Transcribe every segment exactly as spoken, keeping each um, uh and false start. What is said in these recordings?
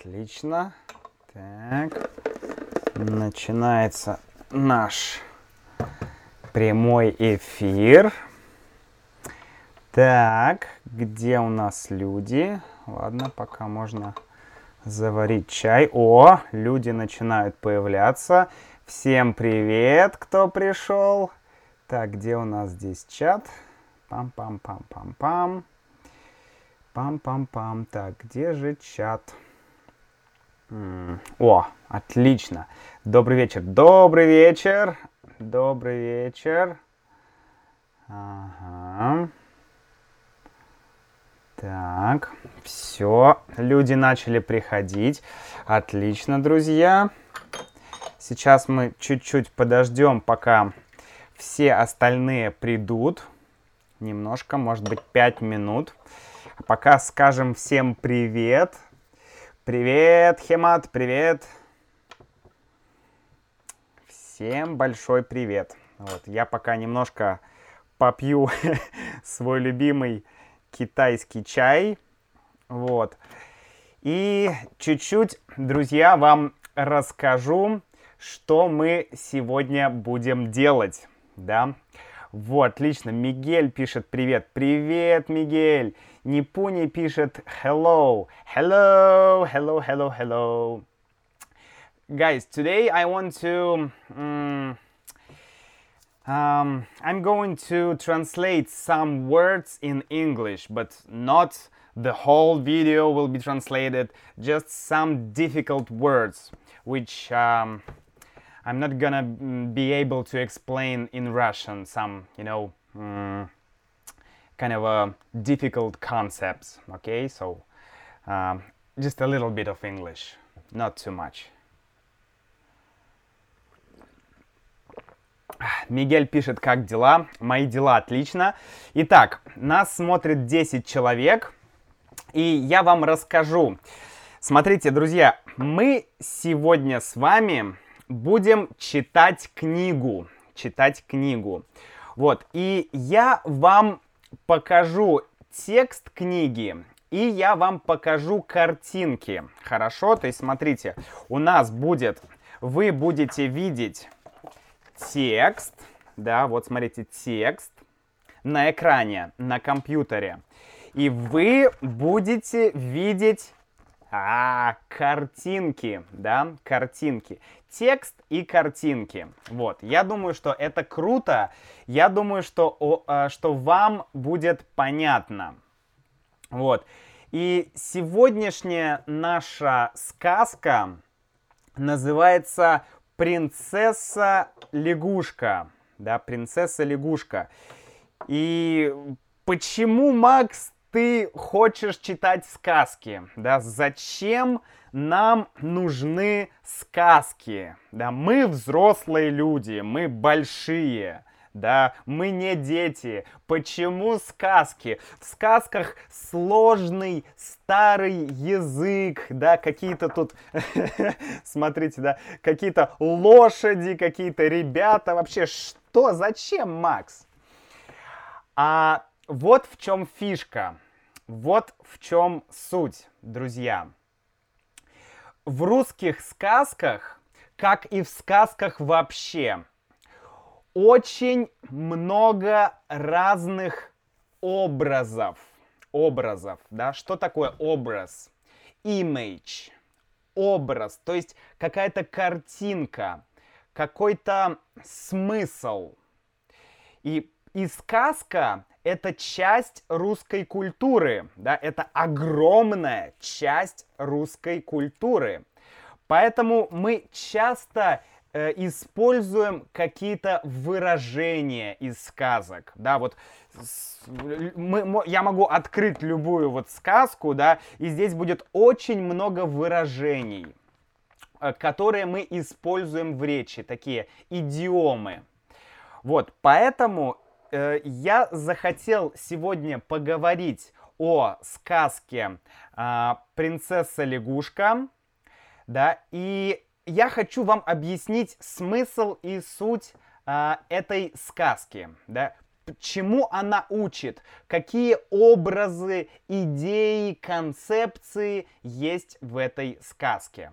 Отлично. Так. Начинается наш прямой эфир. Так, где у нас люди? Ладно, пока можно заварить чай. О, люди начинают появляться. Всем привет, кто пришел. Так, где у нас здесь чат? Пам-пам-пам-пам-пам. Пам-пам-пам. Так, где же чат? М, О, отлично. Добрый вечер. Добрый вечер. Добрый вечер. Ага. Так, все. Люди начали приходить. Отлично, друзья. Сейчас мы чуть-чуть подождем, пока все остальные придут. Немножко, может быть, пять минут. А пока скажем всем привет. Привет, Хемат, привет. Всем большой привет. Вот, я пока немножко попью свой любимый китайский чай. Вот. И чуть-чуть, друзья, вам расскажу, что мы сегодня будем делать. Да? Вот, отлично. Мигель пишет привет. Привет, Мигель. Нипуни пишет hello. Hello, hello, hello, hello. Guys, today I want to... Um, um, I'm going to translate some words in English, but not the whole video will be translated. Just some difficult words, which... Um, I'm not gonna be able to explain in Russian some, you know, um, kind of uh, difficult concepts, okay? So, um, just a little bit of English, not too much. Мигель пишет, как дела? Мои дела отлично. Итак, нас смотрит десять человек, и я вам расскажу. Смотрите, друзья, мы сегодня с вами... будем читать книгу, читать книгу. Вот, и я вам покажу текст книги, и я вам покажу картинки. Хорошо? То есть, смотрите, у нас будет, вы будете видеть текст, да, вот смотрите, текст на экране, на компьютере. И вы будете видеть... А, картинки, да, картинки. Текст и картинки. Вот, я думаю, что это круто. Я думаю, что, о, что вам будет понятно. Вот. И сегодняшняя наша сказка называется «Принцесса-лягушка». Да, «Принцесса-лягушка». И почему, Макс, ты хочешь читать сказки, да? Зачем нам нужны сказки? Да, мы взрослые люди, мы большие, да, мы не дети. Почему сказки? В сказках сложный старый язык, да, какие-то тут, смотрите, да, какие-то лошади, какие-то ребята. Вообще, что? Зачем, Макс? А вот в чем фишка. Вот в чем суть, друзья. В русских сказках, как и в сказках вообще, очень много разных образов. Образов, да? Что такое образ? Image. Образ, то есть какая-то картинка, какой-то смысл. И, и сказка... это часть русской культуры, да, это огромная часть русской культуры. Поэтому мы часто э, используем какие-то выражения из сказок, да, вот с, мы, я могу открыть любую вот сказку, да, и здесь будет очень много выражений, э, которые мы используем в речи, такие идиомы. Вот, поэтому я захотел сегодня поговорить о сказке э, «Принцесса-лягушка», да, и я хочу вам объяснить смысл и суть э, этой сказки, да. чему она учит, какие образы, идеи, концепции есть в этой сказке.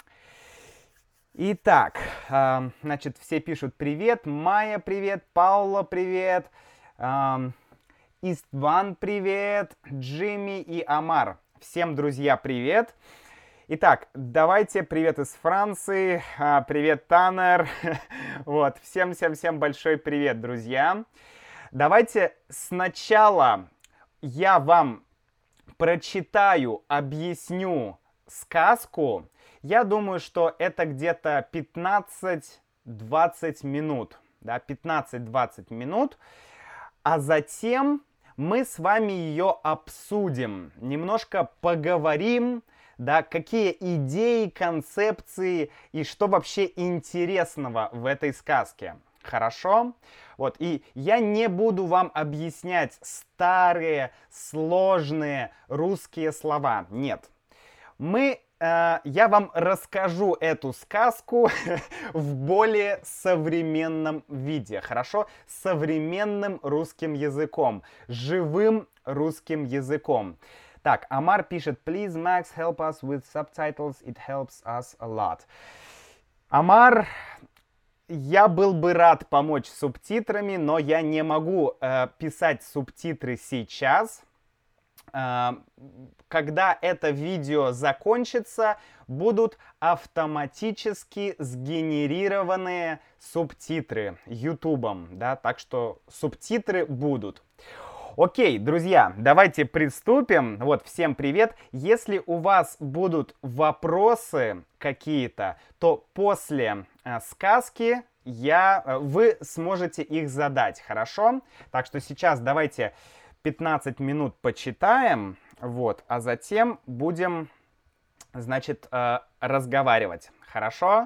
Итак, э, значит, все пишут привет, Майя привет, Паула привет, э, Истван привет, Джимми и Амар. Всем, друзья, привет. Итак, давайте привет из Франции, э, привет, Танер. Вот, всем-всем-всем большой привет, друзья. Давайте сначала я вам прочитаю, объясню сказку. Я думаю, что это где-то пятнадцать-двадцать минут, да, пятнадцать-двадцать минут, а затем мы с вами ее обсудим, немножко поговорим, да, какие идеи, концепции и что вообще интересного в этой сказке. Хорошо? Вот, и я не буду вам объяснять старые, сложные русские слова. Нет. Мы, э, я вам расскажу эту сказку в более современном виде, хорошо? Современным русским языком, живым русским языком. Так, Амар пишет, please, Max, help us with subtitles, it helps us a lot. Амар, я был бы рад помочь с субтитрами, но я не могу э, писать субтитры сейчас. Когда это видео закончится, будут автоматически сгенерированные субтитры ютубом, да, так что субтитры будут. Окей, друзья, давайте приступим. Вот, всем привет. Если у вас будут вопросы какие-то, то после э, сказки я, э, вы сможете их задать, хорошо? Так что сейчас давайте пятнадцать минут почитаем, вот, а затем будем, значит, э, разговаривать. Хорошо?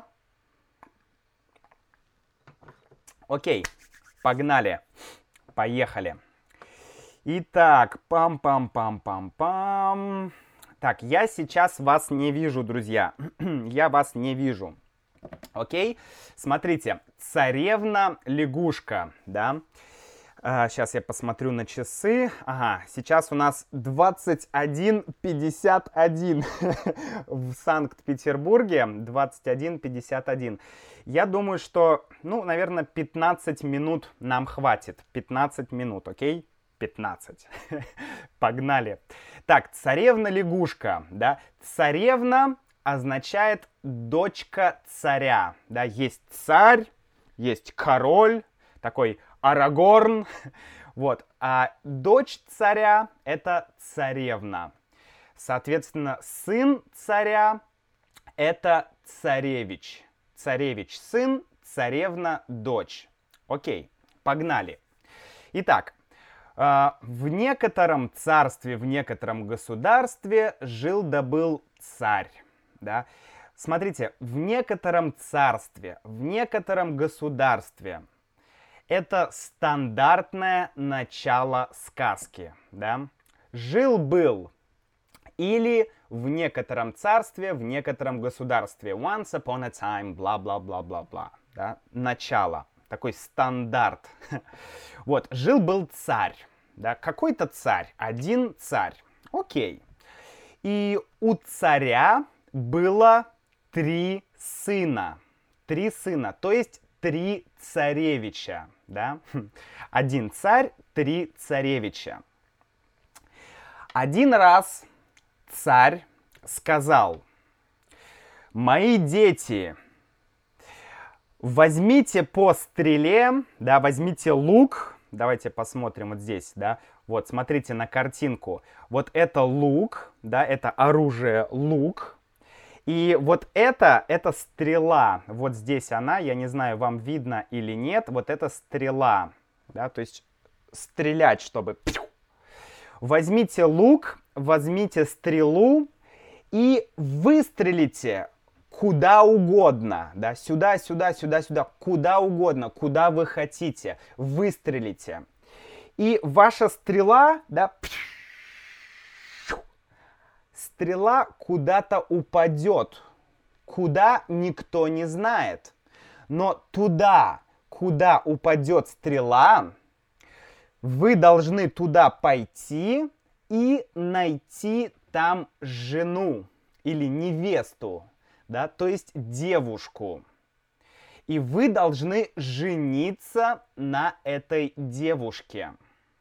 Окей, погнали, поехали. Итак, пам-пам-пам-пам-пам. Так, я сейчас вас не вижу, друзья. Я вас не вижу. Окей? Смотрите, царевна-лягушка, да? А, сейчас я посмотрю на часы. Ага, сейчас у нас двадцать один пятьдесят один в Санкт-Петербурге. двадцать один пятьдесят один. Я думаю, что, ну, наверное, пятнадцать минут нам хватит. пятнадцать минут, окей? пятнадцать. Погнали. Так, царевна-лягушка, да? Царевна означает дочка царя, да? Есть царь, есть король, такой Арагорн, вот, а дочь царя — это царевна. Соответственно, сын царя — это царевич. Царевич — сын, царевна — дочь. Окей, погнали. Итак, в некотором царстве, в некотором государстве жил да был царь, да. Смотрите, в некотором царстве, в некотором государстве — это стандартное начало сказки, да. Жил-был или в некотором царстве, в некотором государстве. Once upon a time, бла-бла-бла-бла-бла, да. Начало, такой стандарт. Вот, жил-был царь, да, какой-то царь, один царь, окей. И у царя было три сына, три сына, то есть три царевича, да? Один царь, три царевича. Один раз царь сказал: мои дети, возьмите по стреле, да, возьмите лук. Давайте посмотрим вот здесь, да. Вот, смотрите на картинку. Вот это лук, да, это оружие лук. И вот это, это стрела. Вот здесь она, я не знаю, вам видно или нет. Вот это стрела, да, то есть стрелять, чтобы... Возьмите лук, возьмите стрелу и выстрелите куда угодно, да, сюда, сюда, сюда, сюда, куда угодно, куда вы хотите, выстрелите. И ваша стрела, да, стрела куда-то упадет, куда никто не знает. Но туда, куда упадет стрела, вы должны туда пойти и найти там жену или невесту, да, то есть девушку. И вы должны жениться на этой девушке.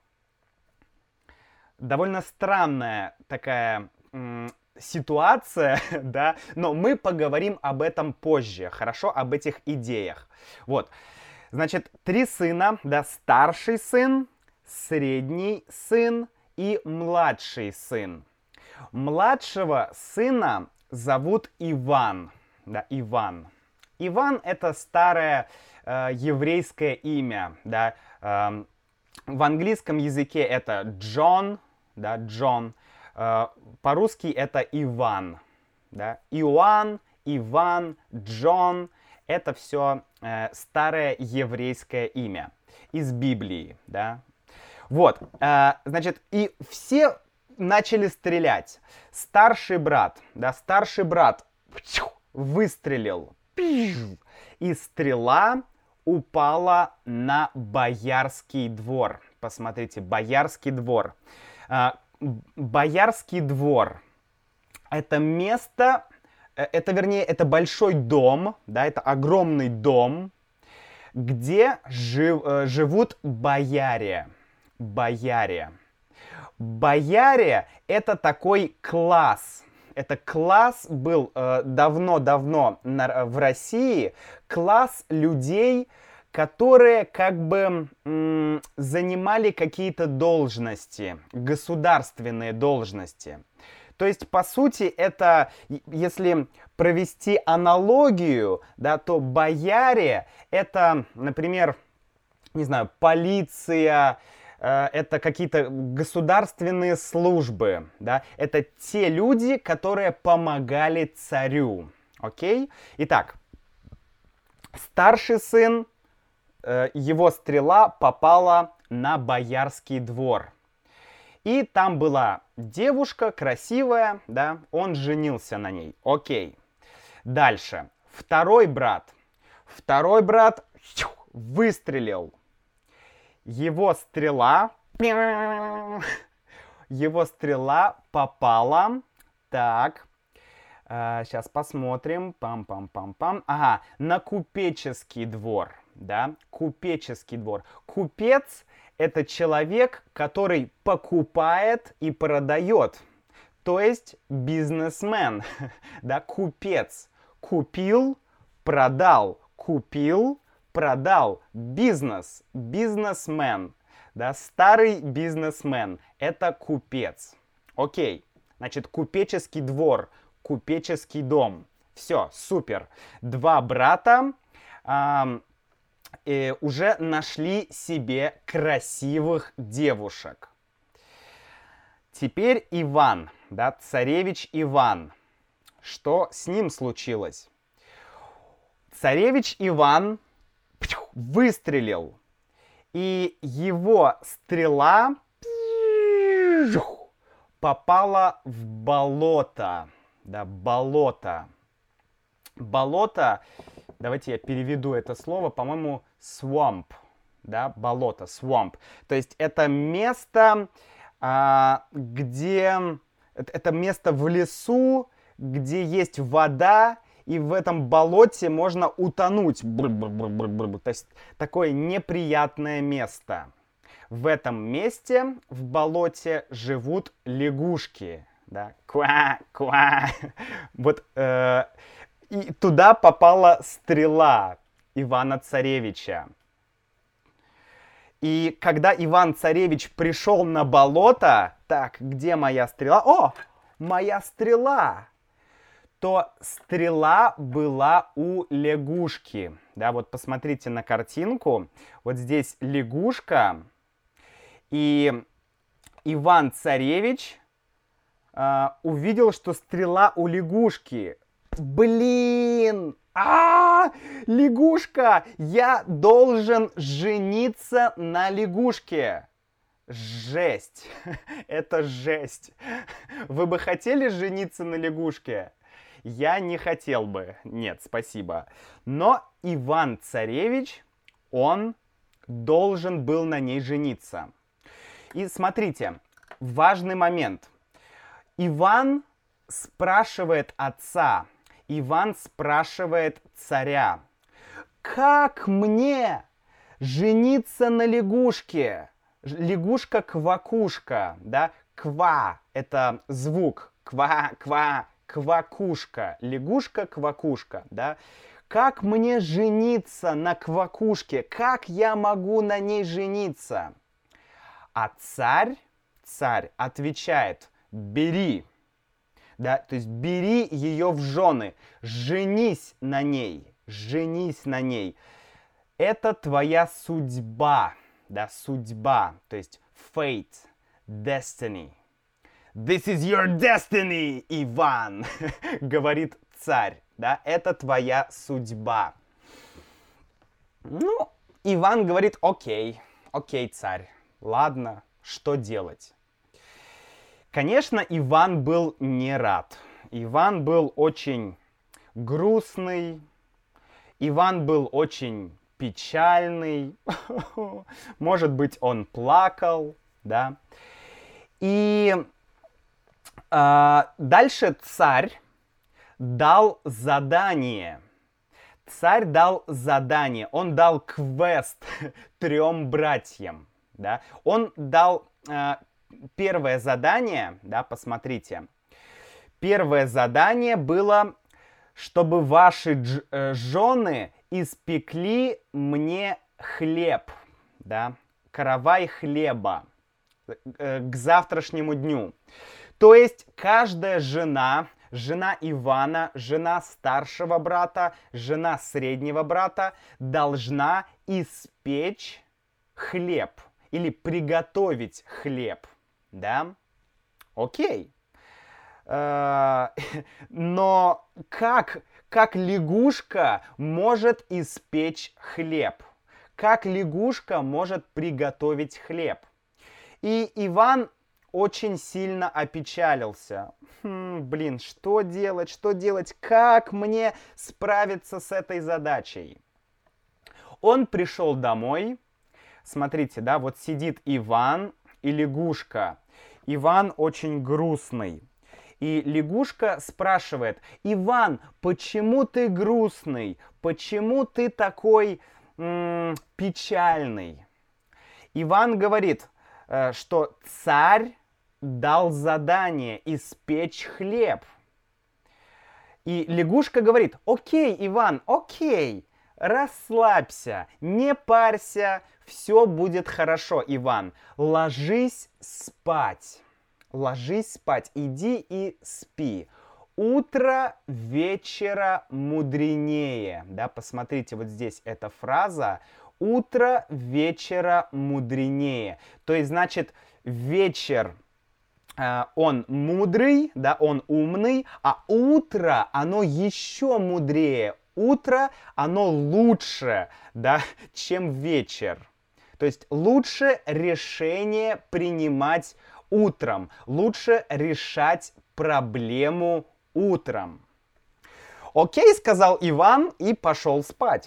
Довольно странная такая м, ситуация, да, но мы поговорим об этом позже, хорошо, об этих идеях. Вот, значит, три сына, да, старший сын, средний сын и младший сын. Младшего сына зовут Иван, да, Иван. Иван — это старое э, еврейское имя, да, э, в английском языке это Джон, да, Джон, э, по-русски это Иван, да, Иоанн, Иван, Джон — это все э, старое еврейское имя из Библии, да. Вот, э, значит, и все начали стрелять. Старший брат, да, старший брат выстрелил. И стрела упала на Боярский двор. Посмотрите, Боярский двор. Боярский двор — это место, это, вернее, это большой дом, да, это огромный дом, где жив, живут бояре. Бояре. Бояре — это такой класс. Это класс был давно-давно э, в России, класс людей, которые как бы м, занимали какие-то должности, государственные должности. То есть, по сути, это, если провести аналогию, да, то бояре — это, например, не знаю, полиция, это какие-то государственные службы, да, это те люди, которые помогали царю, окей? Итак, старший сын, его стрела попала на Боярский двор. И там была девушка красивая, да, он женился на ней, окей. Дальше, второй брат, второй брат выстрелил. Его стрела, его стрела попала, так, э, сейчас посмотрим, пам-пам-пам-пам, ага, на купеческий двор, да, купеческий двор. Купец — это человек, который покупает и продает, то есть бизнесмен, да, купец, купил, продал, купил, продал, бизнес, бизнесмен, да, старый бизнесмен, это купец. Окей, значит, купеческий двор, купеческий дом, все, супер. Два брата э, э, уже нашли себе красивых девушек. Теперь Иван, да, царевич Иван. Что с ним случилось? Царевич Иван выстрелил, и его стрела попала в болото, да, болото. Болото, давайте я переведу это слово, по-моему, swamp, да, болото, swamp. То есть это место, а, где, это место в лесу, где есть вода, и в этом болоте можно утонуть. Бррр-бррр-бррр-бррр. То есть такое неприятное место. В этом месте, в болоте, живут лягушки. Да? Ква-ква. Вот, э, и туда попала стрела Ивана Царевича. И когда Иван Царевич пришел на болото, так, где моя стрела? О, моя стрела! То стрела была у лягушки. Да, вот посмотрите на картинку. Вот здесь лягушка. И Иван Царевич э, увидел, что стрела у лягушки. Блин! А, лягушка! Я должен жениться на лягушке. Жесть! Это жесть! Вы бы хотели жениться на лягушке? Я не хотел бы, нет, спасибо. Но Иван Царевич, он должен был на ней жениться. И смотрите, важный момент. Иван спрашивает отца, Иван спрашивает царя, как мне жениться на лягушке? Лягушка-квакушка, да? Ква — это звук. Ква, ква, квакушка. Лягушка-квакушка, да? Как мне жениться на квакушке? Как я могу на ней жениться? А царь, царь отвечает, бери. Да? То есть бери ее в жены, женись на ней, женись на ней. Это твоя судьба, да, судьба, то есть fate, destiny. This is your destiny, Иван, говорит царь, да, это твоя судьба. Ну, Иван говорит, окей, окей, царь, ладно, что делать? Конечно, Иван был не рад. Иван был очень грустный, Иван был очень печальный, может быть, он плакал, да. И э, дальше царь дал задание. Царь дал задание, он дал квест трем братьям, да. Он дал э, первое задание, да, посмотрите. Первое задание было, чтобы ваши дж- э, жены испекли мне хлеб, да, каравай хлеба э, к завтрашнему дню. То есть каждая жена, жена Ивана, жена старшего брата, жена среднего брата должна испечь хлеб или приготовить хлеб, да? Окей. Но как, как лягушка может испечь хлеб? Как лягушка может приготовить хлеб? И Иван очень сильно опечалился. Хм, блин, что делать, что делать? Как мне справиться с этой задачей? Он пришел домой. Смотрите, да, вот сидит Иван и лягушка. Иван очень грустный. И лягушка спрашивает, Иван, почему ты грустный? Почему ты такой м- печальный? Иван говорит, э, что царь дал задание испечь хлеб. И лягушка говорит, окей, Иван, окей, расслабься, не парься, все будет хорошо, Иван. Ложись спать. Ложись спать, иди и спи. Утро вечера мудренее. Да, посмотрите, вот здесь эта фраза. Утро вечера мудренее. То есть, значит, вечер э, он мудрый, да, он умный, а утро оно еще мудрее. Утро оно лучше, да, чем вечер. То есть лучше решение принимать утром. Лучше решать проблему утром. Окей, сказал Иван и пошел спать.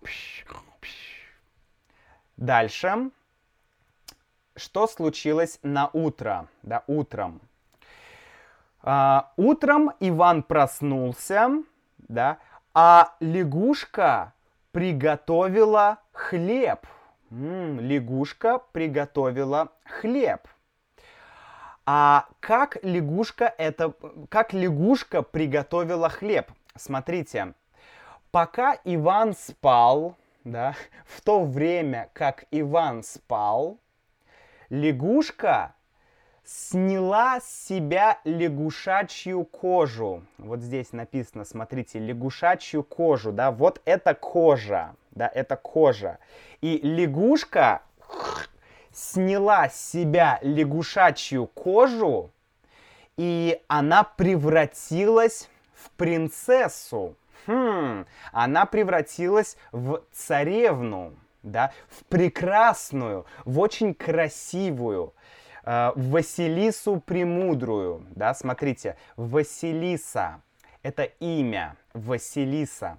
Дальше. Что случилось на утро? Да, утром. А, утром Иван проснулся, да, а лягушка приготовила хлеб. М-м, лягушка приготовила хлеб. А как лягушка это, как лягушка приготовила хлеб? Смотрите, пока Иван спал, да, в то время, как Иван спал, лягушка сняла с себя лягушачью кожу. Вот здесь написано, смотрите, лягушачью кожу, да, вот это кожа, да, это кожа. И лягушка сняла с себя лягушачью кожу, и она превратилась в принцессу. Хм, она превратилась в царевну, да, в прекрасную, в очень красивую, э, Василису Премудрую, да, смотрите, Василиса, это имя, Василиса.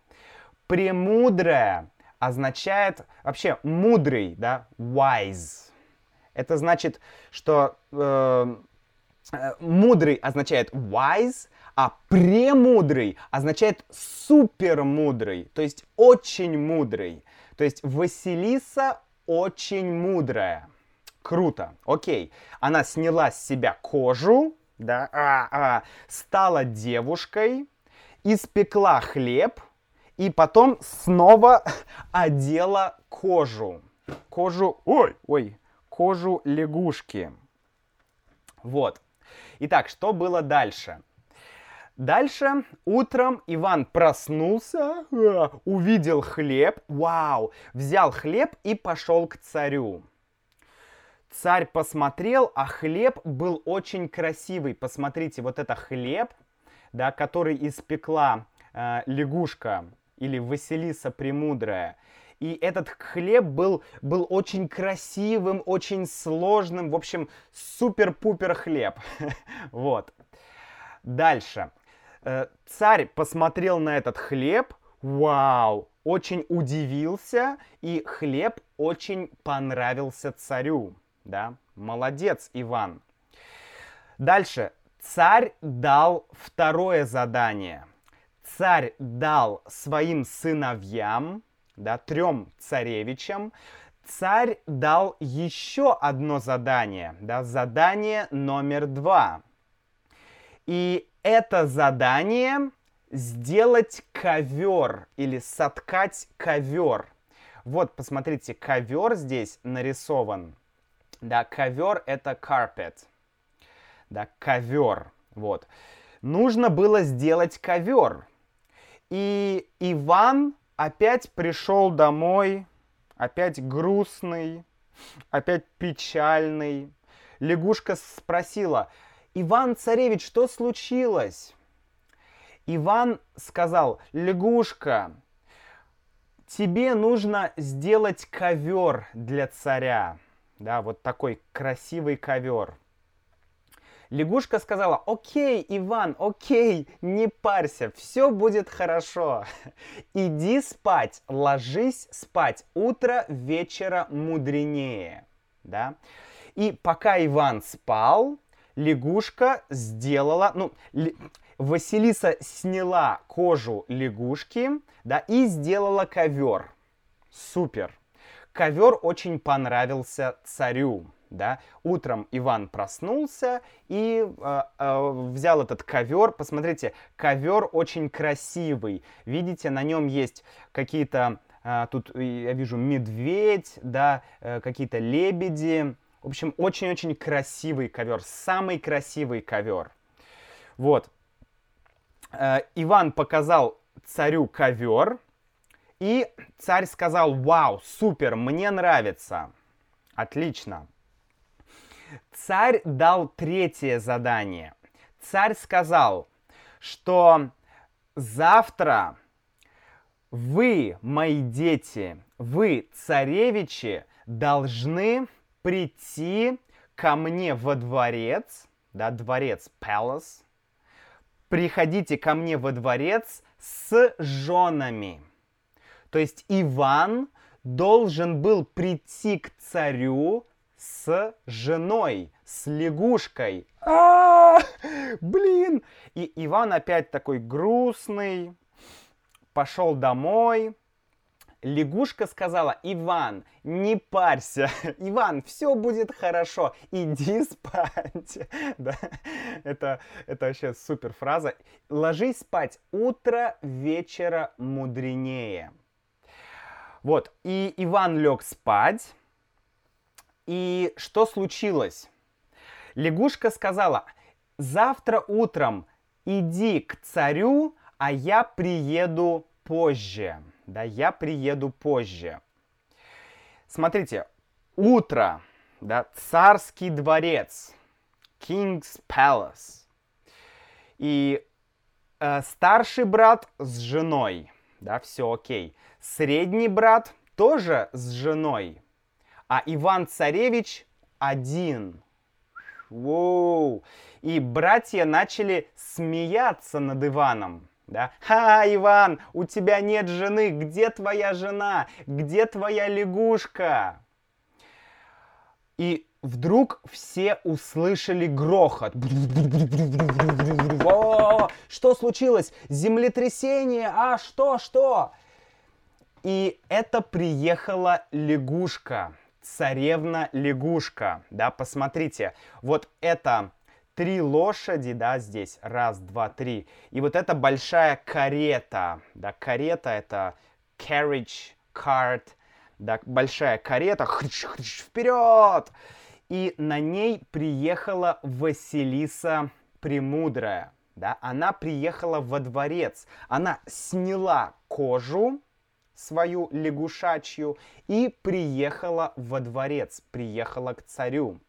Премудрая означает, вообще, мудрый, да, wise. Это значит, что э, э, мудрый означает wise, а премудрый означает супермудрый, то есть очень мудрый. То есть Василиса очень мудрая. Круто, окей. Она сняла с себя кожу, да, а, а, стала девушкой, испекла хлеб и потом снова одела кожу. Кожу, ой, ой, кожу лягушки. Вот. Итак, что было дальше? Дальше утром Иван проснулся, увидел хлеб, вау, взял хлеб и пошел к царю. Царь посмотрел, а хлеб был очень красивый. Посмотрите, вот это хлеб, да, который испекла э, лягушка или Василиса Премудрая. И этот хлеб был, был очень красивым, очень сложным. В общем, супер-пупер хлеб. Вот. Дальше. Царь посмотрел на этот хлеб. Вау! Очень удивился. И хлеб очень понравился царю. Да? Молодец, Иван. Дальше. Царь дал второе задание. Царь дал своим сыновьям, да, трем царевичам, царь дал еще одно задание, да, задание номер два. И это задание сделать ковер или соткать ковер. Вот, посмотрите, ковер здесь нарисован. Да, ковер это carpet. Да, ковер. Вот. Нужно было сделать ковер. И Иван опять пришел домой, опять грустный, опять печальный. Лягушка спросила: «Иван-царевич, что случилось?» Иван сказал: «Лягушка, тебе нужно сделать ковер для царя». Да, вот такой красивый ковер. Лягушка сказала: «Окей, Иван, окей, не парься, все будет хорошо. Иди спать, ложись спать, утро вечера мудренее». Да? И пока Иван спал, лягушка сделала, ну, л... Василиса сняла кожу лягушки, да, и сделала ковер. Супер. Ковер очень понравился царю. Да? Утром Иван проснулся и э, э, взял этот ковер. Посмотрите, ковер очень красивый. Видите, на нем есть какие-то, э, тут я вижу медведь, да, э, какие-то лебеди. В общем, очень-очень красивый ковер, самый красивый ковер. Вот. Э, Иван показал царю ковер, и царь сказал: «Вау, супер, мне нравится». Отлично. Царь дал третье задание. Царь сказал, что завтра вы, мои дети, вы, царевичи, должны прийти ко мне во дворец, да, дворец, palace. Приходите ко мне во дворец с женами. То есть Иван должен был прийти к царю с женой, с лягушкой. А, блин! И Иван опять такой грустный, пошел домой. Лягушка сказала: «Иван, не парься, Иван, все будет хорошо, иди спать». Да? Это, это вообще супер фраза. Ложись спать, утро вечера мудренее. Вот, и Иван лег спать. И что случилось? Лягушка сказала: «Завтра утром иди к царю, а я приеду позже». Да, я приеду позже. Смотрите, утро, да, царский дворец, King's Palace. И э, старший брат с женой, да, все окей. Средний брат тоже с женой. А Иван-царевич один. Воу! И братья начали смеяться над Иваном. Да? «Ха, Иван, у тебя нет жены, где твоя жена? Где твоя лягушка?» И вдруг все услышали грохот. О, что случилось? Землетрясение? А что, что? И это приехала лягушка, царевна-лягушка. Да, посмотрите, вот это три лошади, да, здесь, раз, два, три. И вот эта большая карета, да, карета это carriage, cart, да, большая карета, хрич-хрич, вперед! И на ней приехала Василиса Премудрая, да, она приехала во дворец, она сняла кожу свою лягушачью и приехала во дворец, приехала к царю.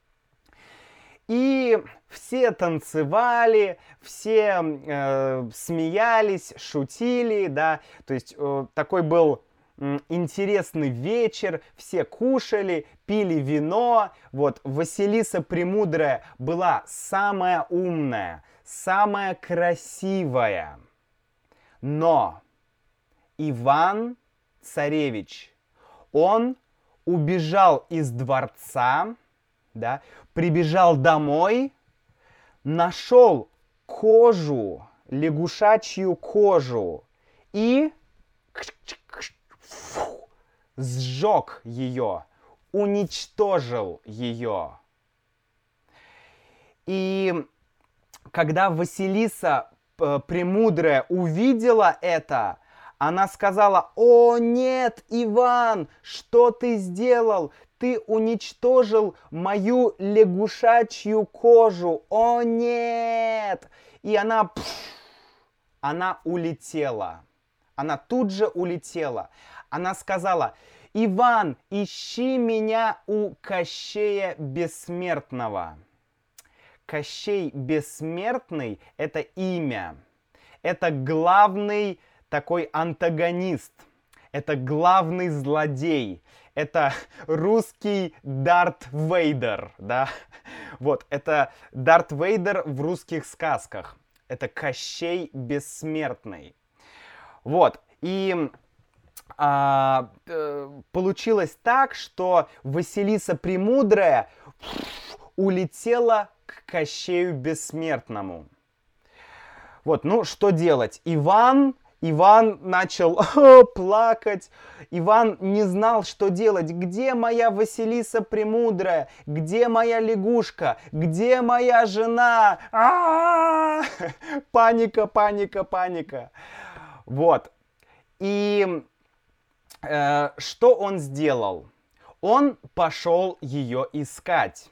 И все танцевали, все э, смеялись, шутили, да, то есть э, такой был э, интересный вечер, все кушали, пили вино, вот, Василиса Премудрая была самая умная, самая красивая, но Иван Царевич, он убежал из дворца, да, прибежал домой, нашел кожу, лягушачью кожу и сжег ее, уничтожил ее. И когда Василиса Премудрая увидела это, она сказала: «О нет, Иван, что ты сделал? Ты уничтожил мою лягушачью кожу! О нет!» И она, пфф, она улетела. Она тут же улетела. Она сказала: «Иван, ищи меня у Кощея Бессмертного». Кощей Бессмертный — это имя. Это главный такой антагонист. Это главный злодей. Это русский Дарт Вейдер, да? Вот, это Дарт Вейдер в русских сказках. Это Кощей Бессмертный. Вот, и а, э, получилось так, что Василиса Премудрая улетела к Кощею Бессмертному. Вот, ну что делать? Иван... Иван начал плакать. Иван не знал, что делать. Где моя Василиса Премудрая? Где моя лягушка? Где моя жена? А-а-а! Паника, паника, паника. Вот. И э, что он сделал? Он пошел ее искать.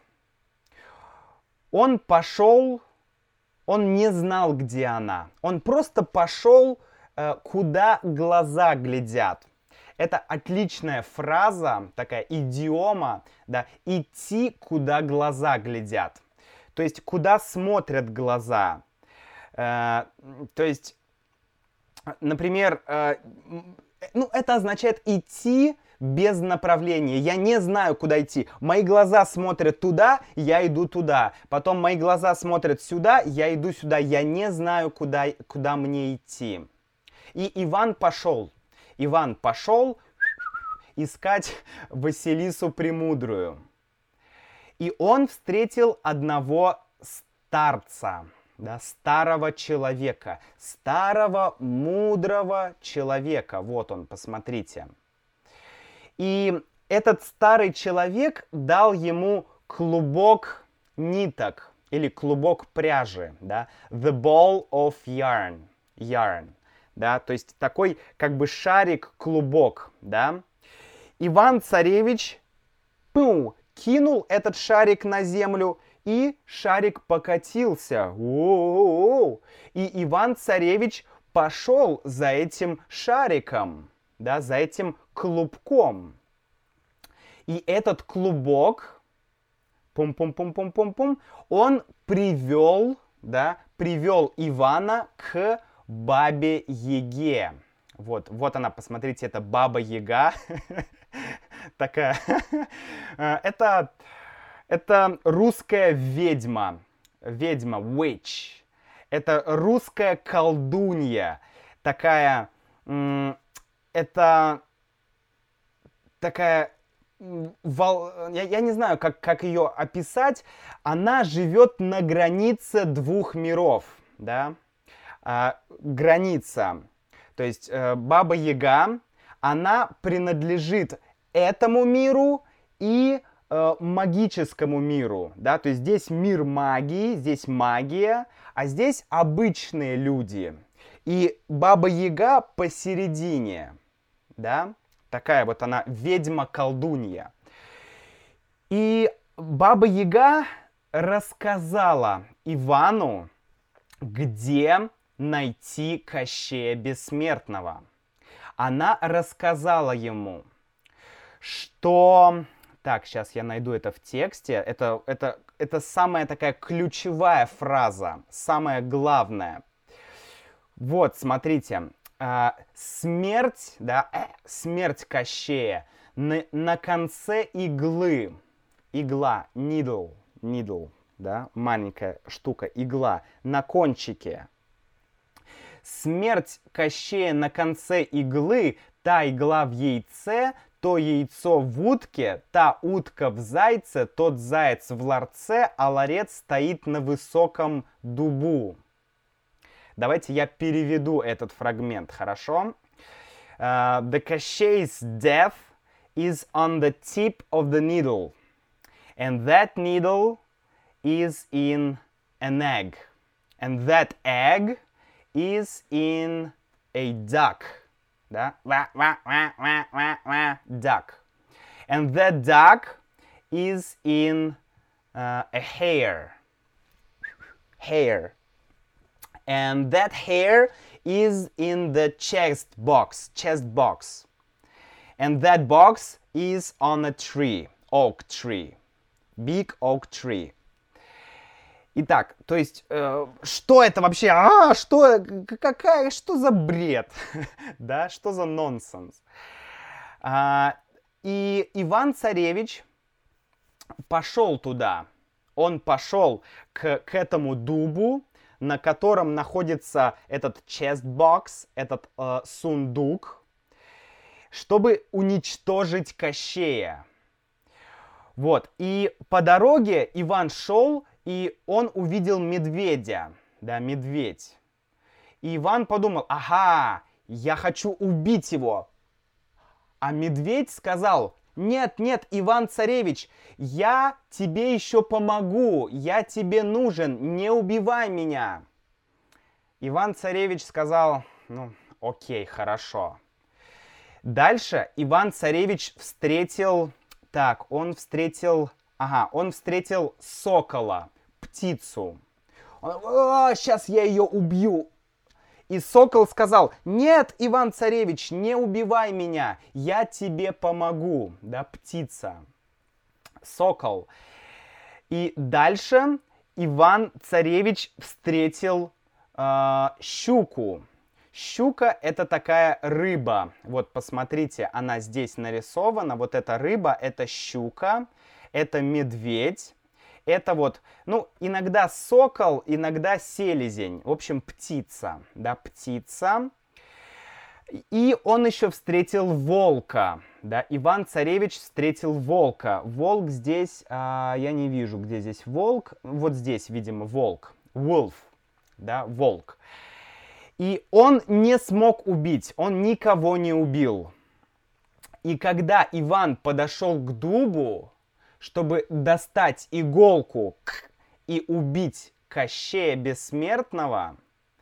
Он пошел, он не знал, где она. Он просто пошел, куда глаза глядят. Это отличная фраза, такая идиома, да, идти, куда глаза глядят. То есть, куда смотрят глаза. Э, то есть, например, э, ну, это означает идти без направления. Я не знаю, куда идти. Мои глаза смотрят туда, я иду туда. Потом мои глаза смотрят сюда, я иду сюда. Я не знаю, куда, куда мне идти. И Иван пошел. Иван пошел искать Василису Премудрую. И он встретил одного старца, да, старого человека, старого мудрого человека. Вот он, посмотрите. И этот старый человек дал ему клубок ниток или клубок пряжи, да, the ball of yarn, yarn. Да, то есть такой как бы шарик-клубок, да. Иван-царевич пу, кинул этот шарик на землю, и шарик покатился. У-у-у-у. И Иван-царевич пошел за этим шариком, да, за этим клубком. И этот клубок, пум-пум-пум-пум-пум-пум, он привел, да, привел Ивана к Бабе Яге. Вот, вот она, посмотрите, это Баба Яга. Такая. это, это русская ведьма. Ведьма, witch. Это русская колдунья. Такая, это такая вол... я, я не знаю, как, как ее описать, она живет на границе двух миров, да, а, граница, то есть э, Баба Яга, она принадлежит этому миру и э, магическому миру, да, то есть здесь мир магии, здесь магия, а здесь обычные люди, и Баба Яга посередине, да. Такая вот она ведьма-колдунья. И Баба Яга рассказала Ивану, где найти Кощея Бессмертного. Она рассказала ему, что... Так, сейчас я найду это в тексте. Это, это, это самая такая ключевая фраза, самая главная. Вот, смотрите. Uh, смерть, да, э, смерть Кощея на, на конце иглы, игла, needle, needle, да, маленькая штука, игла, на кончике. Смерть Кощея на конце иглы, та игла в яйце, то яйцо в утке, та утка в зайце, тот заяц в ларце, а ларец стоит на высоком дубу. Давайте я переведу этот фрагмент, хорошо? Uh, the Koshchei's death is on the tip of the needle. And that needle is in an egg. And that egg is in a duck. Да? Duck. And that duck is in uh, a hare. Hare. And that hair is in the chest box, chest box. And that box is on a tree, oak tree, big oak tree. Итак, то есть, э, что это вообще? А, что, какая, что за бред? Да, что за нонсенс? А, и Иван-Царевич пошел туда. Он пошел к, к этому дубу, на котором находится этот chest box, этот э, сундук, чтобы уничтожить Кощея. Вот, и по дороге Иван шел, и он увидел медведя, да, медведь. И Иван подумал, ага, я хочу убить его. А медведь сказал, нет, нет, Иван-Царевич, я тебе еще помогу, я тебе нужен, не убивай меня. Иван-Царевич сказал, ну, окей, хорошо. Дальше Иван-Царевич встретил, так, он встретил, ага, он встретил сокола, птицу. Он, о, сейчас я ее убью. И сокол сказал, нет, Иван-Царевич, не убивай меня, я тебе помогу, да, птица, сокол. И дальше Иван-Царевич встретил э, щуку. Щука — это такая рыба, вот посмотрите, она здесь нарисована, вот эта рыба — это щука, это медведь. Это вот, ну, иногда сокол, иногда селезень. В общем, птица, да, птица. И он еще встретил волка, да, Иван-Царевич встретил волка. Волк здесь, а, я не вижу, где здесь волк. Вот здесь, видимо, волк. Wolf, да, волк. И он не смог убить, он никого не убил. И когда Иван подошел к дубу, чтобы достать иголку и убить Кощея Бессмертного,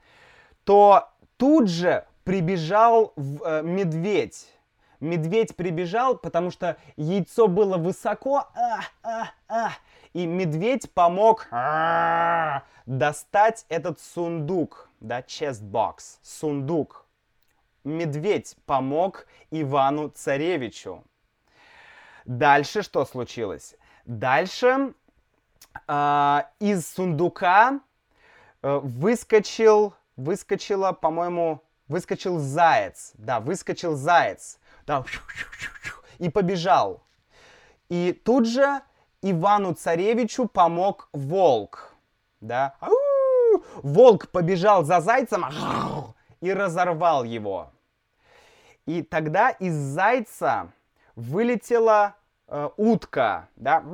то тут же прибежал в, э, медведь. Медведь прибежал, потому что яйцо было высоко, а, а, а, и медведь помог а, достать этот сундук, да, chest box, сундук. Медведь помог Ивану-Царевичу. Дальше что случилось? Дальше э, из сундука э, выскочил, выскочила, по-моему, выскочил заяц. Да, выскочил заяц. Да, и побежал. И тут же Ивану-Царевичу помог волк. Да. Волк побежал за зайцем и разорвал его. И тогда из зайца вылетела э, утка, да,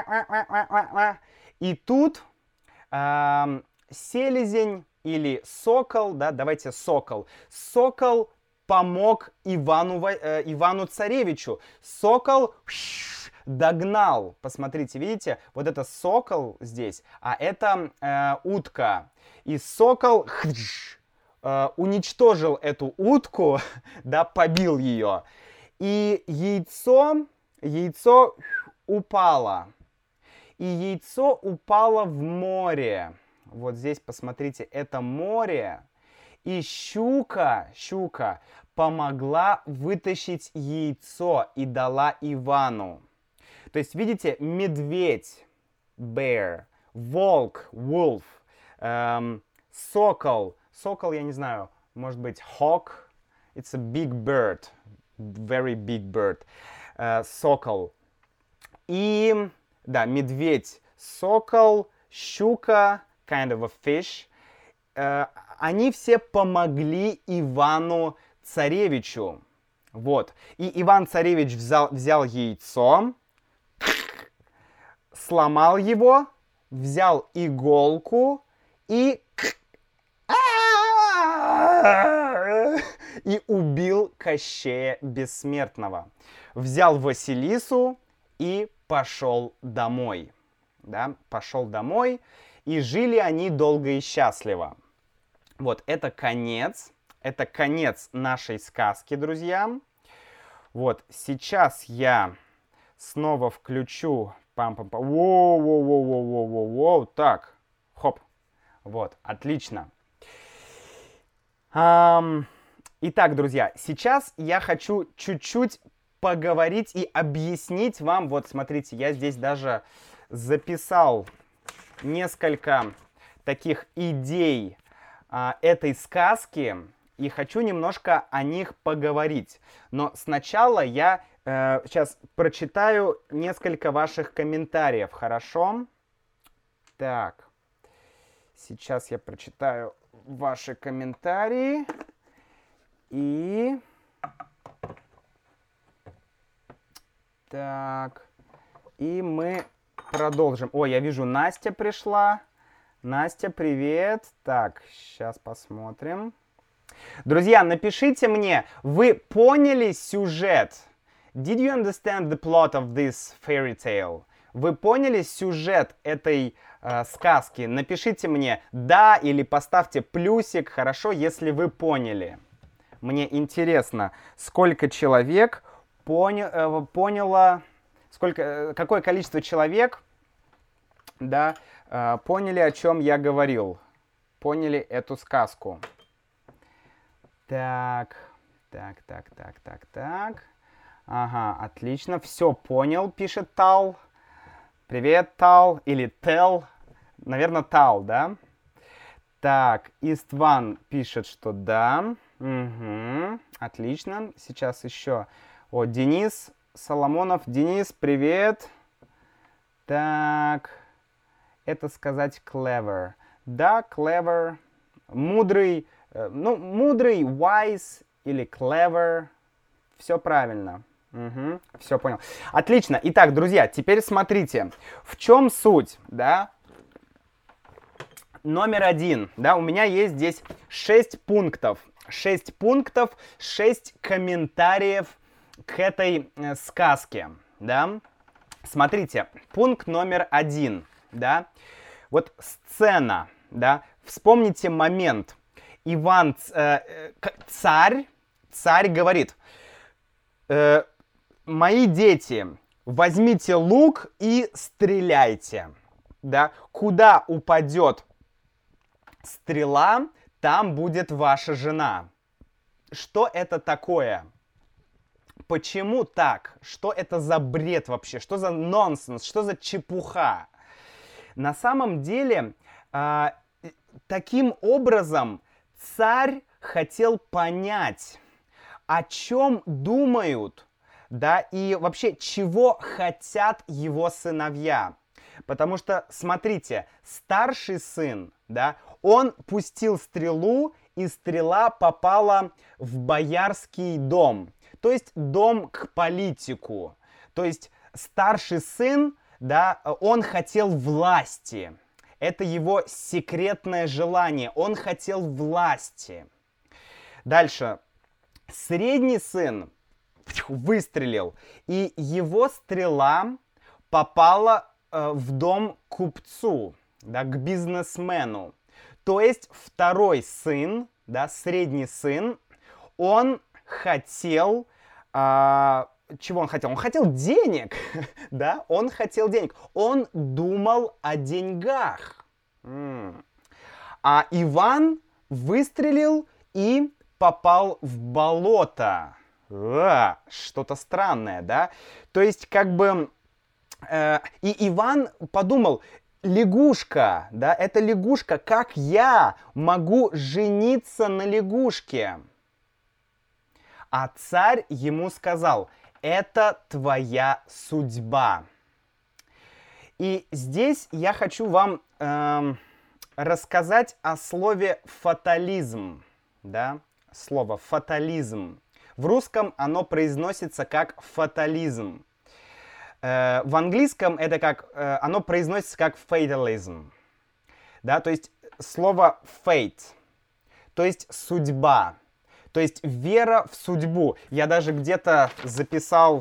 и тут э, селезень или сокол, да, давайте сокол. Сокол помог Ивану, э, Ивану Царевичу. Сокол догнал. Посмотрите, видите, вот это сокол здесь, а это э, утка. И сокол э, уничтожил эту утку, да, побил ее. И яйцо, яйцо упало. И яйцо упало в море. Вот здесь, посмотрите, это море. И щука, щука помогла вытащить яйцо и дала Ивану. То есть, видите, медведь, bear, волк, wolf, эм, сокол, сокол, я не знаю, может быть, hawk, it's a big bird, very big bird, э, сокол. И, да, медведь, сокол, щука, kind of a fish, э, они все помогли Ивану Царевичу. Вот. И Иван Царевич взял, взял яйцо, сломал его, взял иголку и и убил Кощея Бессмертного. Взял Василису и пошел домой. Да, пошел домой, и жили они долго и счастливо. Вот, это конец. Это конец нашей сказки, друзья. Вот, сейчас я снова включу... Пам-пам-пам. Воу-воу-воу-воу-воу-воу-воу. Так, хоп. Вот, отлично. Um, итак, друзья, сейчас я хочу чуть-чуть поговорить и объяснить вам. Вот, смотрите, я здесь даже записал несколько таких идей а, этой сказки. И хочу немножко о них поговорить. Но сначала я э, сейчас прочитаю несколько ваших комментариев, хорошо? Так, сейчас я прочитаю ваши комментарии. И... Так, и мы продолжим. О, я вижу, Настя пришла. Настя, привет. Так, сейчас посмотрим. Друзья, напишите мне, вы поняли сюжет? Did you understand the plot of this fairy tale? Вы поняли сюжет этой э, сказки? Напишите мне да или поставьте плюсик, хорошо, если вы поняли. Мне интересно, сколько человек поня э, поняло, сколько, э, какое количество человек, да, э, поняли, о чем я говорил, поняли эту сказку. Так, так, так, так, так, так. Ага, отлично. Все понял, пишет Тал. Привет, Тал. Или Тел. Наверное, Тал, да? Так, Истван пишет, что да. Угу, отлично. Сейчас еще. О, Денис Соломонов. Денис, привет. Так, это сказать clever. Да, clever. Мудрый. Ну, мудрый, wise или clever. Все правильно. Угу, все понял. Отлично. Итак, друзья, теперь смотрите. В чем суть, да? Номер один. Да, у меня есть здесь шесть пунктов. Шесть пунктов, шесть комментариев к этой э, сказке, да? Смотрите, пункт номер один, да? Вот сцена, да? Вспомните момент. Иван, э, царь, царь говорит, э, мои дети, возьмите лук и стреляйте. Да? Куда упадет стрела, там будет ваша жена. Что это такое? Почему так? Что это за бред вообще? Что за нонсенс? Что за чепуха? На самом деле, э, таким образом, царь хотел понять, о чем думают, да, и вообще, чего хотят его сыновья. Потому что, смотрите, старший сын, да, он пустил стрелу, и стрела попала в боярский дом, то есть дом к политику. То есть старший сын, да, он хотел власти. Это его секретное желание. Он хотел власти. Дальше. Средний сын выстрелил, и его стрела попала э, в дом к купцу, да, к бизнесмену. То есть второй сын, да, средний сын, он хотел... Э, чего он хотел? Он хотел денег, да, он хотел денег. Он думал о деньгах. М-м. А Иван выстрелил и попал в болото. А, что-то странное, да? То есть, как бы... Э, и Иван подумал, лягушка, да, это лягушка, как я могу жениться на лягушке? А царь ему сказал, это твоя судьба. И здесь я хочу вам э, рассказать о слове фатализм, да, слово фатализм. В русском оно произносится как фатализм. Э, в английском это как, э, оно произносится как fatalism. Да, то есть слово fate, то есть судьба, то есть вера в судьбу. Я даже где-то записал,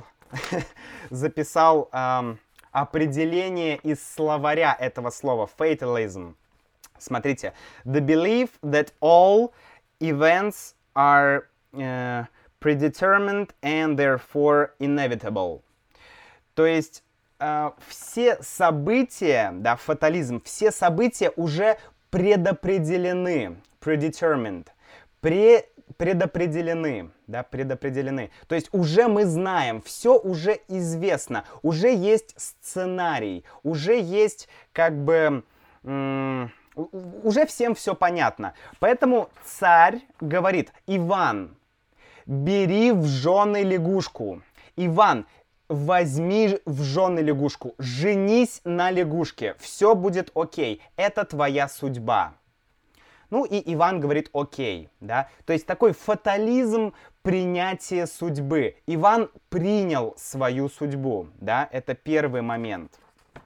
записал эм, определение из словаря этого слова fatalism. Смотрите. The belief that all events are uh, predetermined and therefore inevitable. То есть э, все события, да, фатализм, все события уже предопределены, predetermined, пре, предопределены, да, предопределены. То есть уже мы знаем, все уже известно, уже есть сценарий, уже есть как бы... М- уже всем все понятно. Поэтому царь говорит, Иван, бери в жены лягушку. Иван, возьми в жены лягушку. Женись на лягушке. Все будет окей. Это твоя судьба. Ну и Иван говорит окей. Да? То есть такой фатализм принятия судьбы. Иван принял свою судьбу. Да? Это первый момент.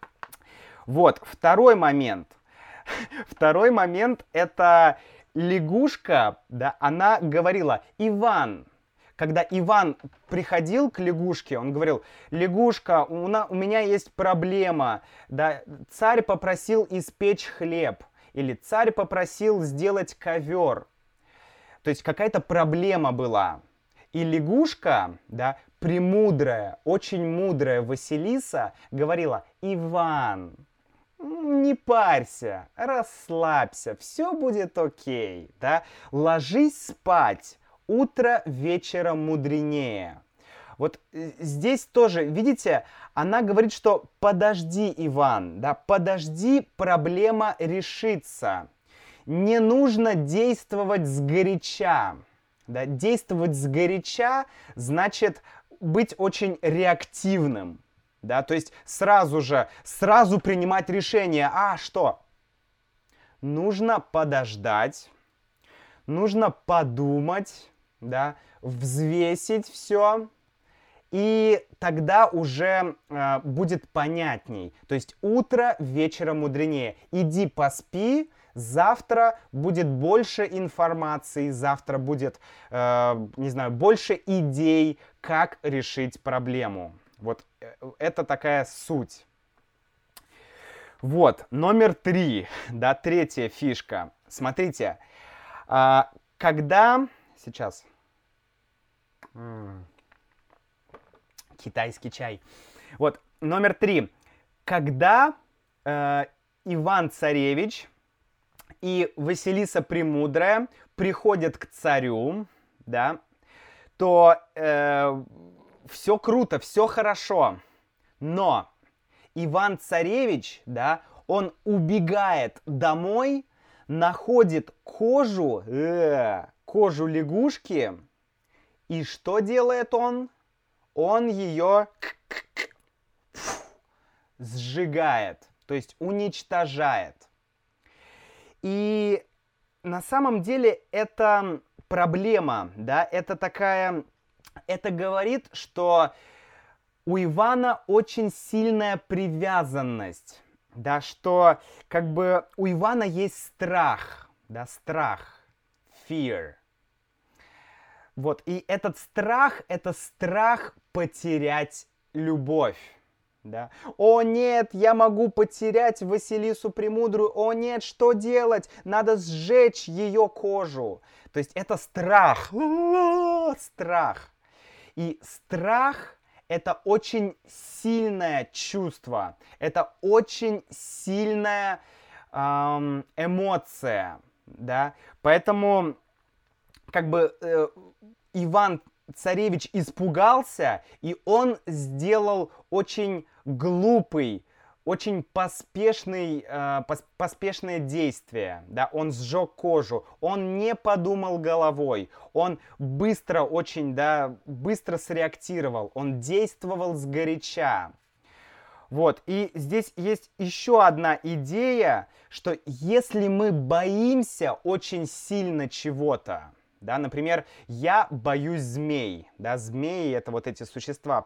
Вот, второй момент. Второй момент — это лягушка, да, она говорила, Иван, когда Иван приходил к лягушке, он говорил, лягушка, у, на, у меня есть проблема, да, царь попросил испечь хлеб, или царь попросил сделать ковер, то есть какая-то проблема была. И лягушка, да, премудрая, очень мудрая Василиса говорила, Иван, не парься, расслабься, все будет окей, да? Ложись спать, утро вечера мудренее. Вот здесь тоже, видите, она говорит, что подожди, Иван, да, подожди, проблема решится. Не нужно действовать сгоряча, да, действовать сгоряча значит быть очень реактивным. Да, то есть сразу же, сразу принимать решение. А что? Нужно подождать, нужно подумать, да, взвесить все, и тогда уже э, будет понятней. То есть утро вечера мудренее. Иди поспи, завтра будет больше информации, завтра будет, э, не знаю, больше идей, как решить проблему. Вот это такая суть. Вот, номер три, да, третья фишка. Смотрите, когда... Сейчас. М-м, китайский чай. Вот, номер три. Когда э, Иван-царевич и Василиса Премудрая приходят к царю, да, то... Э, все круто, все хорошо, но Иван-царевич, да, он убегает домой, находит кожу, э, кожу лягушки, и что делает он? Он ее сжигает, то есть уничтожает. И на самом деле это проблема, да, это такая... Это говорит, что у Ивана очень сильная привязанность, да, что как бы у Ивана есть страх, да, страх, fear. Вот, и этот страх, это страх потерять любовь. Да. О нет, я могу потерять Василису Премудрую. О нет, что делать? Надо сжечь ее кожу. То есть это страх. Страх. И страх — это очень сильное чувство. Это очень сильная эм, эмоция. Да? Поэтому как бы э, Иван Царевич испугался, и он сделал очень глупый, очень поспешный, э, пос, поспешное действие. Да? Он сжег кожу, он не подумал головой, он быстро, очень, да, быстро среагировал, он действовал сгоряча. Вот, и здесь есть еще одна идея, что если мы боимся очень сильно чего-то, да, например, я боюсь змей. Да, змеи — это вот эти существа.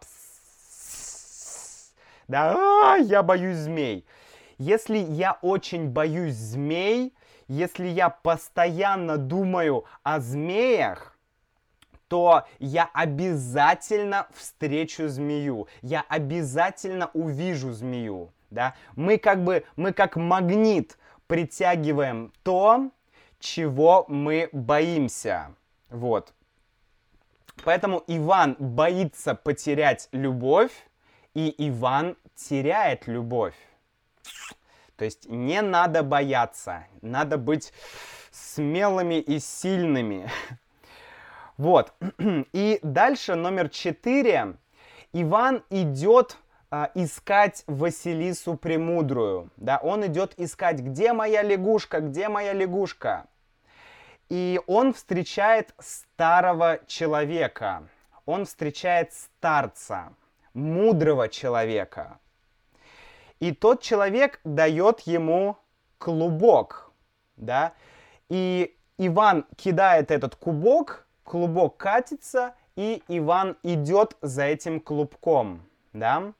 Да, я боюсь змей. Если я очень боюсь змей, если я постоянно думаю о змеях, то я обязательно встречу змею. Я обязательно увижу змею. Да? Мы как бы, мы как магнит притягиваем то, чего мы боимся. Вот. Поэтому Иван боится потерять любовь, и Иван теряет любовь. То есть не надо бояться, надо быть смелыми и сильными. Вот. И дальше номер четыре. Иван идет а, искать Василису Премудрую. Да? Он идет искать, где моя лягушка, где моя лягушка. И он встречает старого человека. Он встречает старца, мудрого человека. И тот человек дает ему клубок. Да? И Иван кидает этот клубок, клубок катится, и Иван идет за этим клубком. Да?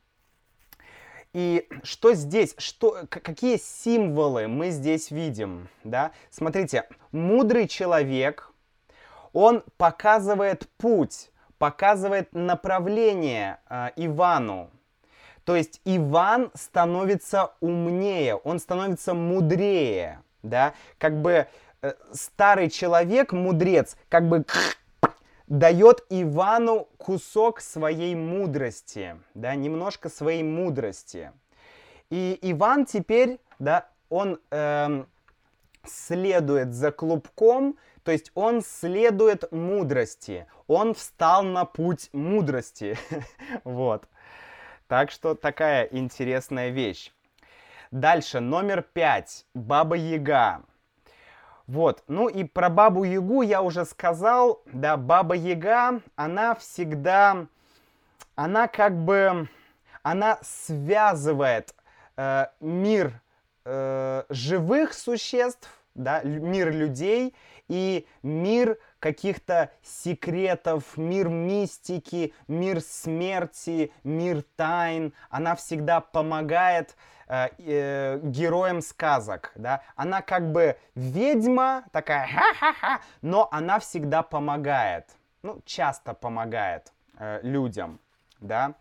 И что здесь, что, какие символы мы здесь видим? Да? Смотрите, мудрый человек, он показывает путь, показывает направление э, Ивану. То есть Иван становится умнее, он становится мудрее. Да? Как бы э, старый человек, мудрец, как бы дает Ивану кусок своей мудрости, да, немножко своей мудрости. И Иван теперь, да, он эм, следует за клубком, то есть он следует мудрости. Он встал на путь мудрости. Вот. Так что такая интересная вещь. Дальше, номер пять. Баба Яга. Вот, ну и про Бабу Ягу я уже сказал, да, Баба Яга, она всегда, она как бы, она связывает э, мир э, живых существ, да, мир людей и мир каких-то секретов, мир мистики, мир смерти, мир тайн. Она всегда помогает э, э, героям сказок. Да? Она как бы ведьма, такая ха-ха-ха, но она всегда помогает. Ну, часто помогает э, людям. Да?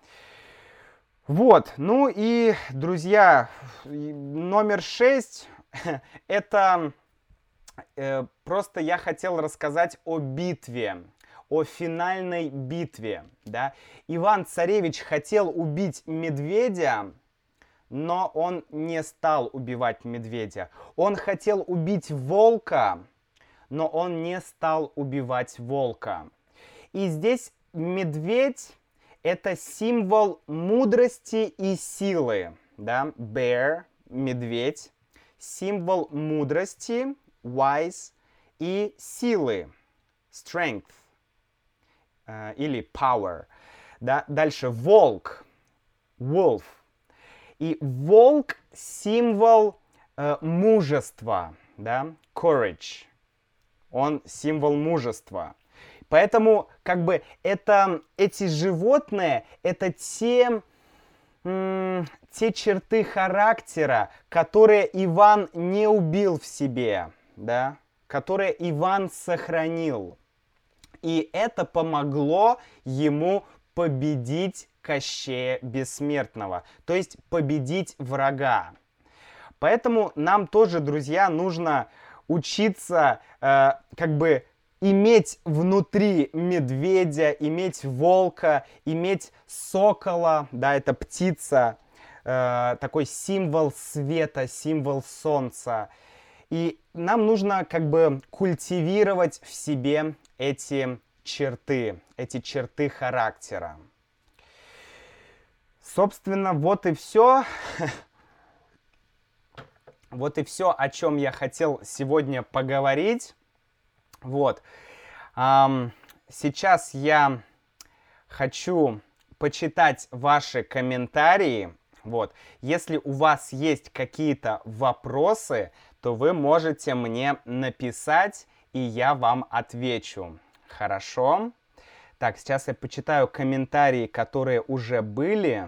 Вот, ну и, друзья, номер шесть, это... Просто я хотел рассказать о битве, о финальной битве. Да? Иван-царевич хотел убить медведя, но он не стал убивать медведя. Он хотел убить волка, но он не стал убивать волка. И здесь медведь — это символ мудрости и силы. Да? Bear, медведь, символ мудрости, wise, и силы, strength, э, или power. Да? Дальше волк, wolf. И волк — символ э, мужества, да? Courage. Он символ мужества. Поэтому, как бы, это, эти животные, это те, м, те черты характера, которые Иван не убил в себе, да, которые Иван сохранил. И это помогло ему победить Кощея Бессмертного, то есть победить врага. Поэтому нам тоже, друзья, нужно учиться э, как бы иметь внутри медведя, иметь волка, иметь сокола, да, это птица, э, такой символ света, символ солнца. И нам нужно как бы культивировать в себе эти черты, эти черты характера. Собственно, вот и все. Вот и все, о чем я хотел сегодня поговорить. Вот. Um, сейчас я хочу почитать ваши комментарии. Вот. Если у вас есть какие-то вопросы, то вы можете мне написать, и я вам отвечу. Хорошо? Так, сейчас я почитаю комментарии, которые уже были.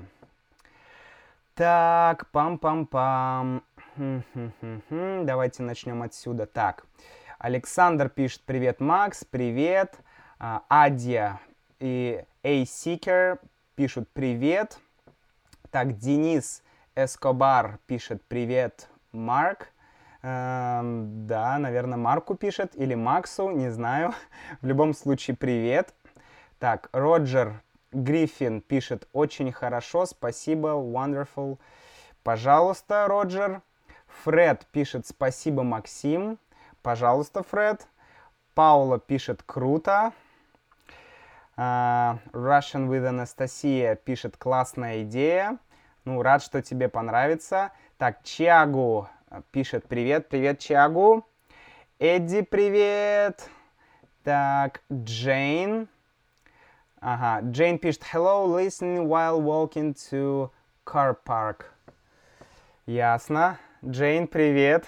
Так, пам-пам-пам. Давайте начнем отсюда. Так, Александр пишет: привет, Макс, привет. А, Адия и A-Seeker пишут: привет. Так, Денис Эскобар пишет: привет, Марк. Эм, да, наверное, Марку пишет или Максу, не знаю. В любом случае, привет. Так, Роджер Гриффин пишет: очень хорошо, спасибо, wonderful. Пожалуйста, Роджер. Фред пишет: спасибо, Максим. Пожалуйста, Фред. Паула пишет: круто. Uh, Russian with Anastasia пишет: классная идея. Ну, рад, что тебе понравится. Так, Чиагу пишет: привет, привет, Чиагу. Эдди, привет. Так, Джейн. Ага, Джейн пишет: hello, listening while walking to car park. Ясно. Джейн, привет.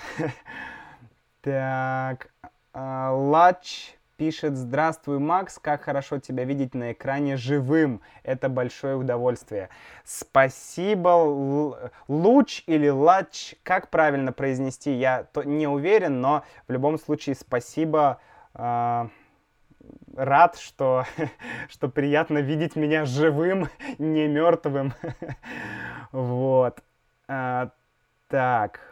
Так, Лач пишет: здравствуй, Макс, как хорошо тебя видеть на экране живым. Это большое удовольствие. Спасибо. Луч или Лач, как правильно произнести, я не уверен, но в любом случае спасибо. Рад, что, что приятно видеть меня живым, не мертвым. Вот. А, так.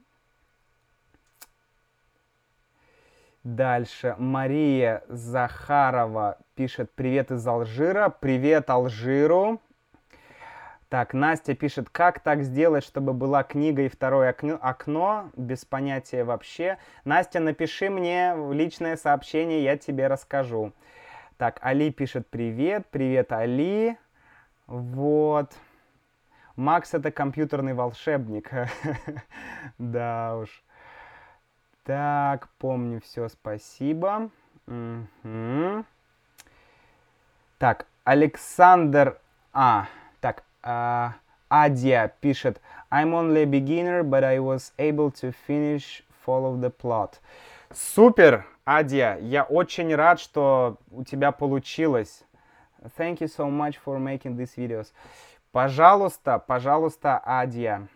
Дальше. Мария Захарова пишет: привет из Алжира. Привет Алжиру. Так, Настя пишет: как так сделать, чтобы была книга и второе окно? окно? Без понятия вообще. Настя, напиши мне в личное сообщение, я тебе расскажу. Так, Али пишет: привет. Привет, Али. Вот. Макс — это компьютерный волшебник. Да уж. Так, помню все, спасибо. Так, Александр... А, так, Uh, Адия пишет: I'm only a beginner, but I was able to finish follow the plot. Супер, Адия, я очень рад, что у тебя получилось. Thank you so much for making these videos. Пожалуйста, пожалуйста, Адия.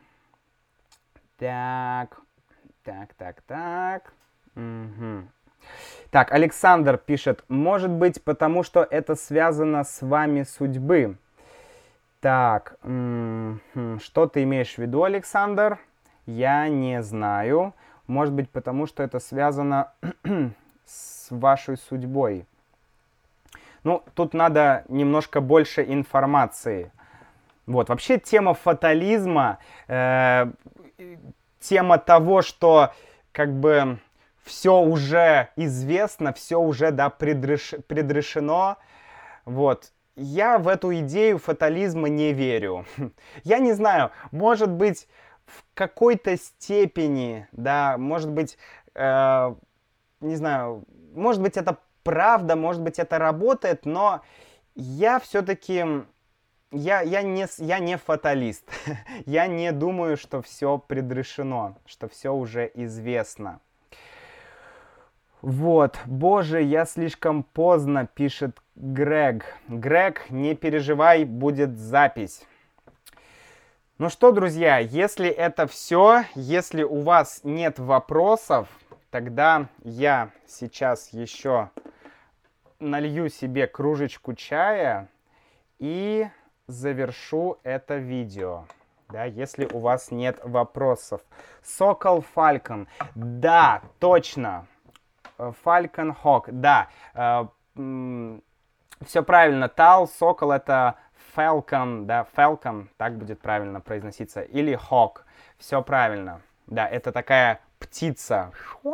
Так, так, так, так. Угу. Так, Александр пишет: может быть, потому что это связано с вами судьбы. Так, что ты имеешь в виду, Александр? Я не знаю. Может быть, потому что это связано с вашей судьбой. Ну, тут надо немножко больше информации. Вот, вообще тема фатализма, э, тема того, что как бы все уже известно, все уже, да, предреш, предрешено, вот. Я в эту идею фатализма не верю. Я не знаю, может быть, в какой-то степени, да, может быть, э, не знаю, может быть, это правда, может быть, это работает, но я все-таки, я, я, не, я не фаталист. Я не думаю, что все предрешено, что все уже известно. Вот, боже, я слишком поздно, пишет Грег. Грег, не переживай, будет запись. Ну что, друзья, если это все, если у вас нет вопросов, тогда я сейчас еще налью себе кружечку чая и завершу это видео. Да, если у вас нет вопросов. Сокол Falcon. Да, точно. Falcon Hawk. Да. Э, все правильно. Тал, сокол это Falcon. Да, Falcon. Так будет правильно произноситься. Или Hawk. Все правильно. Да, это такая птица.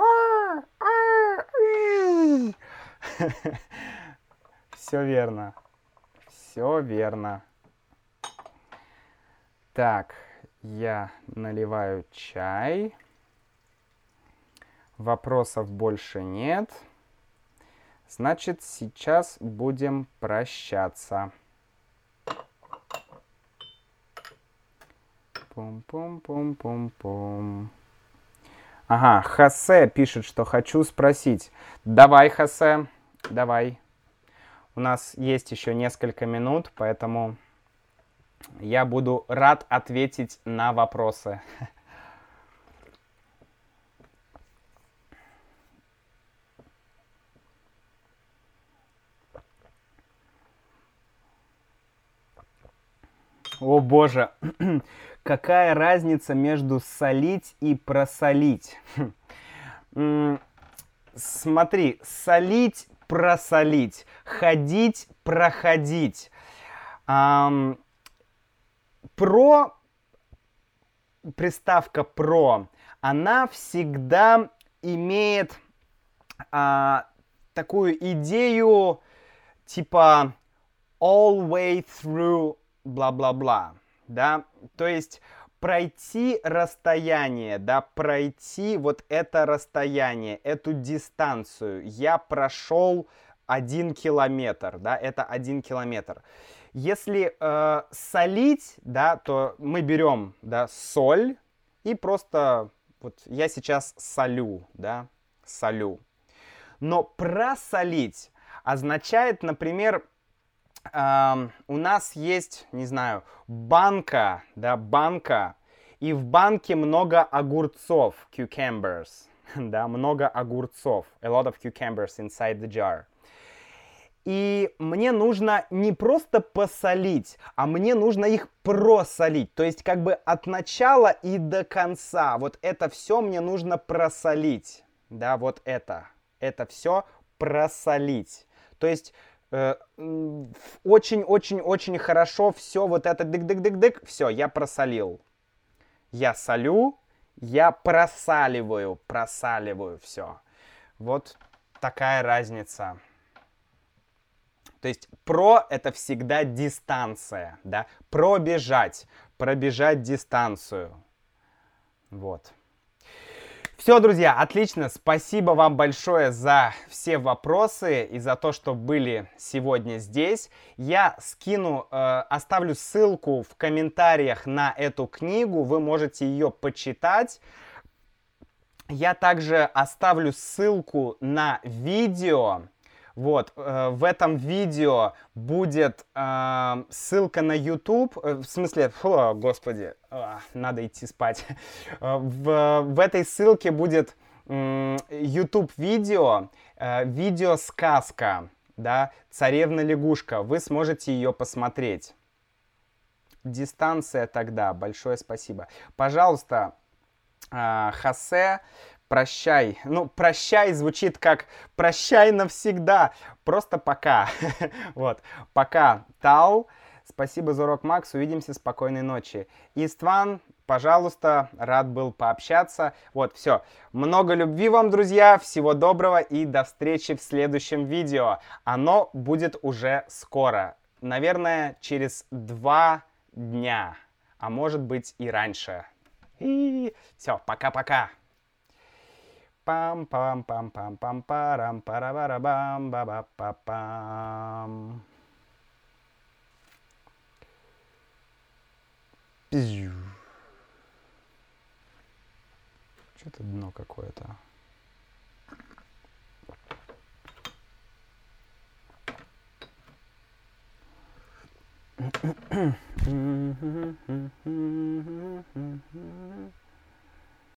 Все верно. Все верно. Так, я наливаю чай. Вопросов больше нет. Значит, сейчас будем прощаться. Пум-пум-пум-пум-пум. Ага, Хосе пишет, что хочу спросить. Давай, Хосе, давай. У нас есть еще несколько минут, поэтому я буду рад ответить на вопросы. О боже, какая разница между солить и просолить? Смотри, солить, просолить, ходить, проходить. Ам, про, приставка про, она всегда имеет а, такую идею типа all way through бла-бла-бла, да, то есть пройти расстояние, да, пройти вот это расстояние, эту дистанцию. Я прошел один километр, да, это один километр. Если э, солить, да, то мы берем, да, соль и просто, вот я сейчас солю, да, солю. Но просолить означает, например, Uh, у нас есть, не знаю, банка, да, банка, и в банке много огурцов, cucumbers, да, много огурцов, a lot of cucumbers inside the jar. И мне нужно не просто посолить, а мне нужно их просолить, то есть как бы от начала и до конца, вот это все мне нужно просолить, да, вот это, это все просолить, то есть очень-очень-очень хорошо все вот это дык-дык-дык-дык, все, я просолил. Я солю, я просаливаю, просаливаю все. Вот такая разница. То есть про это всегда дистанция, да, пробежать, пробежать дистанцию. Вот. Все, друзья, отлично. Спасибо вам большое за все вопросы и за то, что были сегодня здесь. Я скину, э, оставлю ссылку в комментариях на эту книгу. Вы можете ее почитать. Я также оставлю ссылку на видео. Вот, э, в этом видео будет э, ссылка на YouTube, э, в смысле, фу, господи, э, надо идти спать. в, в этой ссылке будет э, YouTube-видео, э, видео-сказка, да, «Царевна-лягушка». Вы сможете ее посмотреть. Дистанция тогда. Большое спасибо. Пожалуйста, э, Хосе, прощай. Ну, прощай звучит как прощай навсегда. Просто пока. Вот. Пока. Тау. Спасибо за урок, Макс. Увидимся. Спокойной ночи. Истван, пожалуйста. Рад был пообщаться. Вот, все. Много любви вам, друзья. Всего доброго и до встречи в следующем видео. Оно будет уже скоро. Наверное, через два дня. А может быть и раньше. И все. Пока-пока. Пам-пам-пам-пам-парам-парабарабам-ба-ба-па-пам. Что-то дно какое-то.